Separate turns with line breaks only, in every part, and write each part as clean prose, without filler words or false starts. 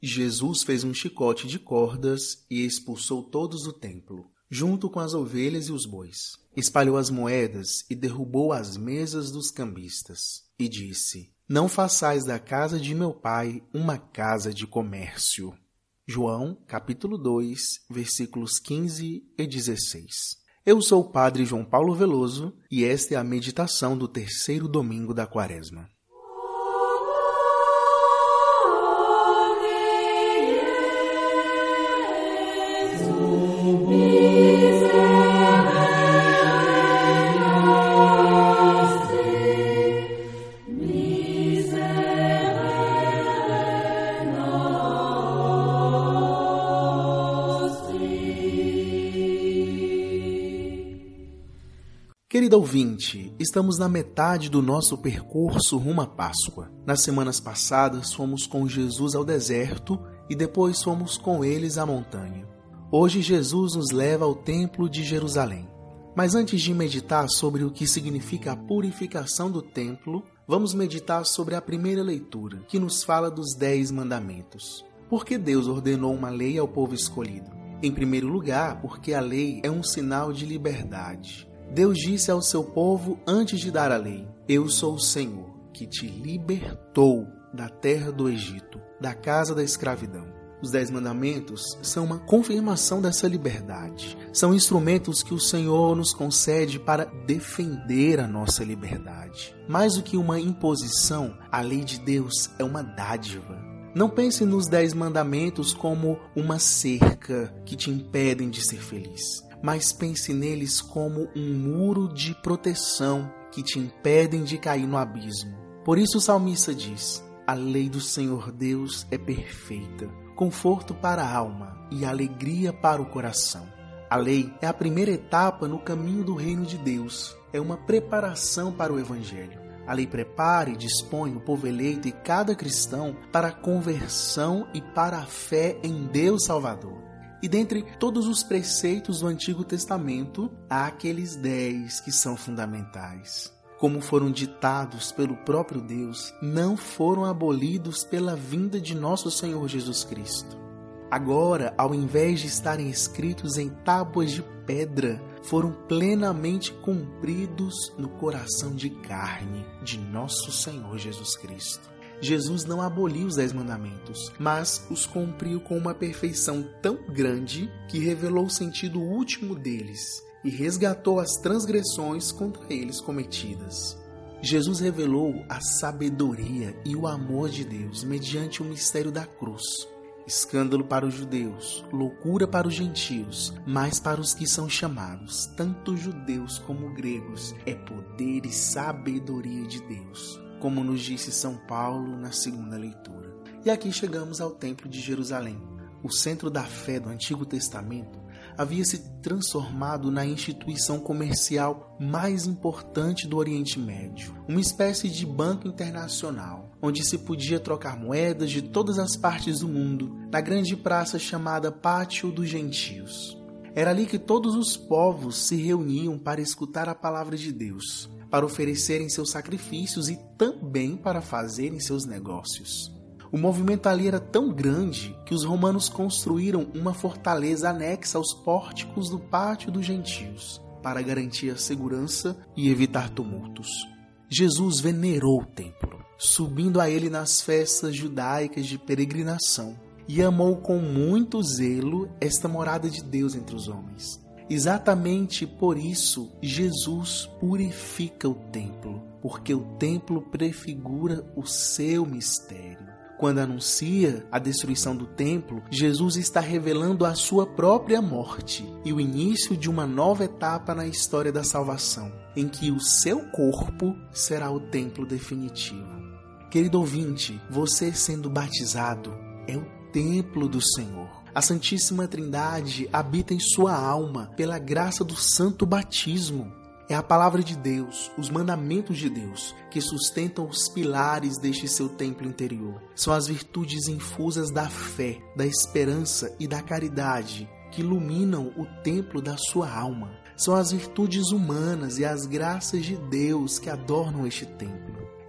Jesus fez um chicote de cordas e expulsou todos do templo, junto com as ovelhas e os bois. Espalhou as moedas e derrubou as mesas dos cambistas. E disse: Não façais da casa de meu pai uma casa de comércio. João, capítulo 2, versículos 15 e 16. Eu sou o Padre João Paulo Veloso e esta é a meditação do terceiro domingo da Quaresma. Querido ouvinte, estamos na metade do nosso percurso rumo à Páscoa. Nas semanas passadas, fomos com Jesus ao deserto e depois fomos com eles à montanha. Hoje, Jesus nos leva ao Templo de Jerusalém. Mas antes de meditar sobre o que significa a purificação do templo, vamos meditar sobre a primeira leitura, que nos fala dos 10 mandamentos. Por que Deus ordenou uma lei ao povo escolhido? Em primeiro lugar, porque a lei é um sinal de liberdade. Deus disse ao seu povo antes de dar a lei: Eu sou o Senhor, que te libertou da terra do Egito, da casa da escravidão. Os 10 mandamentos são uma confirmação dessa liberdade. São instrumentos que o Senhor nos concede para defender a nossa liberdade. Mais do que uma imposição, a lei de Deus é uma dádiva. Não pense nos 10 mandamentos como uma cerca que te impedem de ser feliz, mas pense neles como um muro de proteção que te impedem de cair no abismo. Por isso o salmista diz: a lei do Senhor Deus é perfeita, conforto para a alma e alegria para o coração. A lei é a primeira etapa no caminho do reino de Deus, é uma preparação para o Evangelho. A lei prepara e dispõe o povo eleito e cada cristão para a conversão e para a fé em Deus Salvador. E dentre todos os preceitos do Antigo Testamento, há aqueles 10 que são fundamentais. Como foram ditados pelo próprio Deus, não foram abolidos pela vinda de nosso Senhor Jesus Cristo. Agora, ao invés de estarem escritos em tábuas de pedra, foram plenamente cumpridos no coração de carne de nosso Senhor Jesus Cristo. Jesus não aboliu os 10 mandamentos, mas os cumpriu com uma perfeição tão grande que revelou o sentido último deles e resgatou as transgressões contra eles cometidas. Jesus revelou a sabedoria e o amor de Deus mediante o mistério da cruz. Escândalo para os judeus, loucura para os gentios, mas para os que são chamados, tanto judeus como gregos, é poder e sabedoria de Deus, como nos disse São Paulo na segunda leitura. E aqui chegamos ao Templo de Jerusalém. O centro da fé do Antigo Testamento havia se transformado na instituição comercial mais importante do Oriente Médio, uma espécie de banco internacional, onde se podia trocar moedas de todas as partes do mundo, na grande praça chamada Pátio dos Gentios. Era ali que todos os povos se reuniam para escutar a palavra de Deus, para oferecerem seus sacrifícios e também para fazerem seus negócios. O movimento ali era tão grande que os romanos construíram uma fortaleza anexa aos pórticos do Pátio dos Gentios, para garantir a segurança e evitar tumultos. Jesus venerou o templo, subindo a ele nas festas judaicas de peregrinação, e amou com muito zelo esta morada de Deus entre os homens. Exatamente por isso, Jesus purifica o templo, porque o templo prefigura o seu mistério. Quando anuncia a destruição do templo, Jesus está revelando a sua própria morte e o início de uma nova etapa na história da salvação, em que o seu corpo será o templo definitivo. Querido ouvinte, você sendo batizado é o templo do Senhor. A Santíssima Trindade habita em sua alma pela graça do santo batismo. É a palavra de Deus, os mandamentos de Deus, que sustentam os pilares deste seu templo interior. São as virtudes infusas da fé, da esperança e da caridade que iluminam o templo da sua alma. São as virtudes humanas e as graças de Deus que adornam este templo.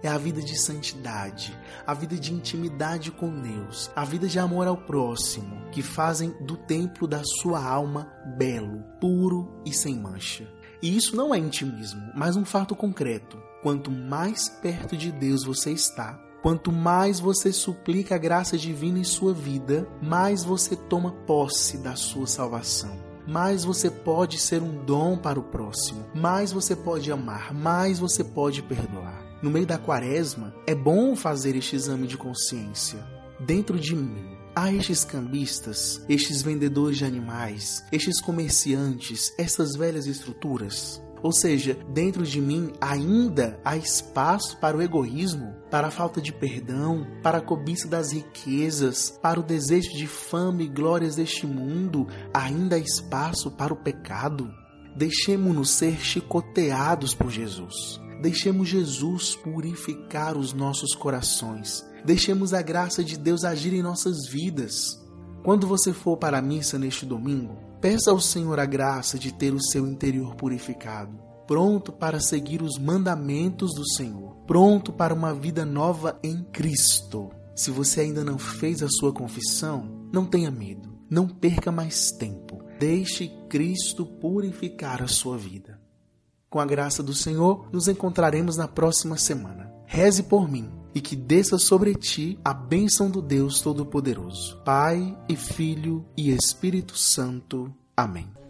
é a vida de santidade, a vida de intimidade com Deus, a vida de amor ao próximo, que fazem do templo da sua alma belo, puro e sem mancha. E isso não é intimismo, mas um fato concreto. Quanto mais perto de Deus você está, quanto mais você suplica a graça divina em sua vida, mais você toma posse da sua salvação. Mais você pode ser um dom para o próximo, mais você pode amar, mais você pode perdoar. No meio da quaresma, é bom fazer este exame de consciência. Dentro de mim, há estes cambistas, estes vendedores de animais, estes comerciantes, essas velhas estruturas? Ou seja, dentro de mim ainda há espaço para o egoísmo, para a falta de perdão, para a cobiça das riquezas, para o desejo de fama e glórias deste mundo. Ainda há espaço para o pecado. Deixemo-nos ser chicoteados por Jesus. Deixemos Jesus purificar os nossos corações. Deixemos a graça de Deus agir em nossas vidas. Quando você for para a missa neste domingo, peça ao Senhor a graça de ter o seu interior purificado, pronto para seguir os mandamentos do Senhor, pronto para uma vida nova em Cristo. Se você ainda não fez a sua confissão, não tenha medo, não perca mais tempo. Deixe Cristo purificar a sua vida. Com a graça do Senhor, nos encontraremos na próxima semana. Reze por mim e que desça sobre ti a bênção do Deus Todo-Poderoso, Pai e Filho e Espírito Santo. Amém.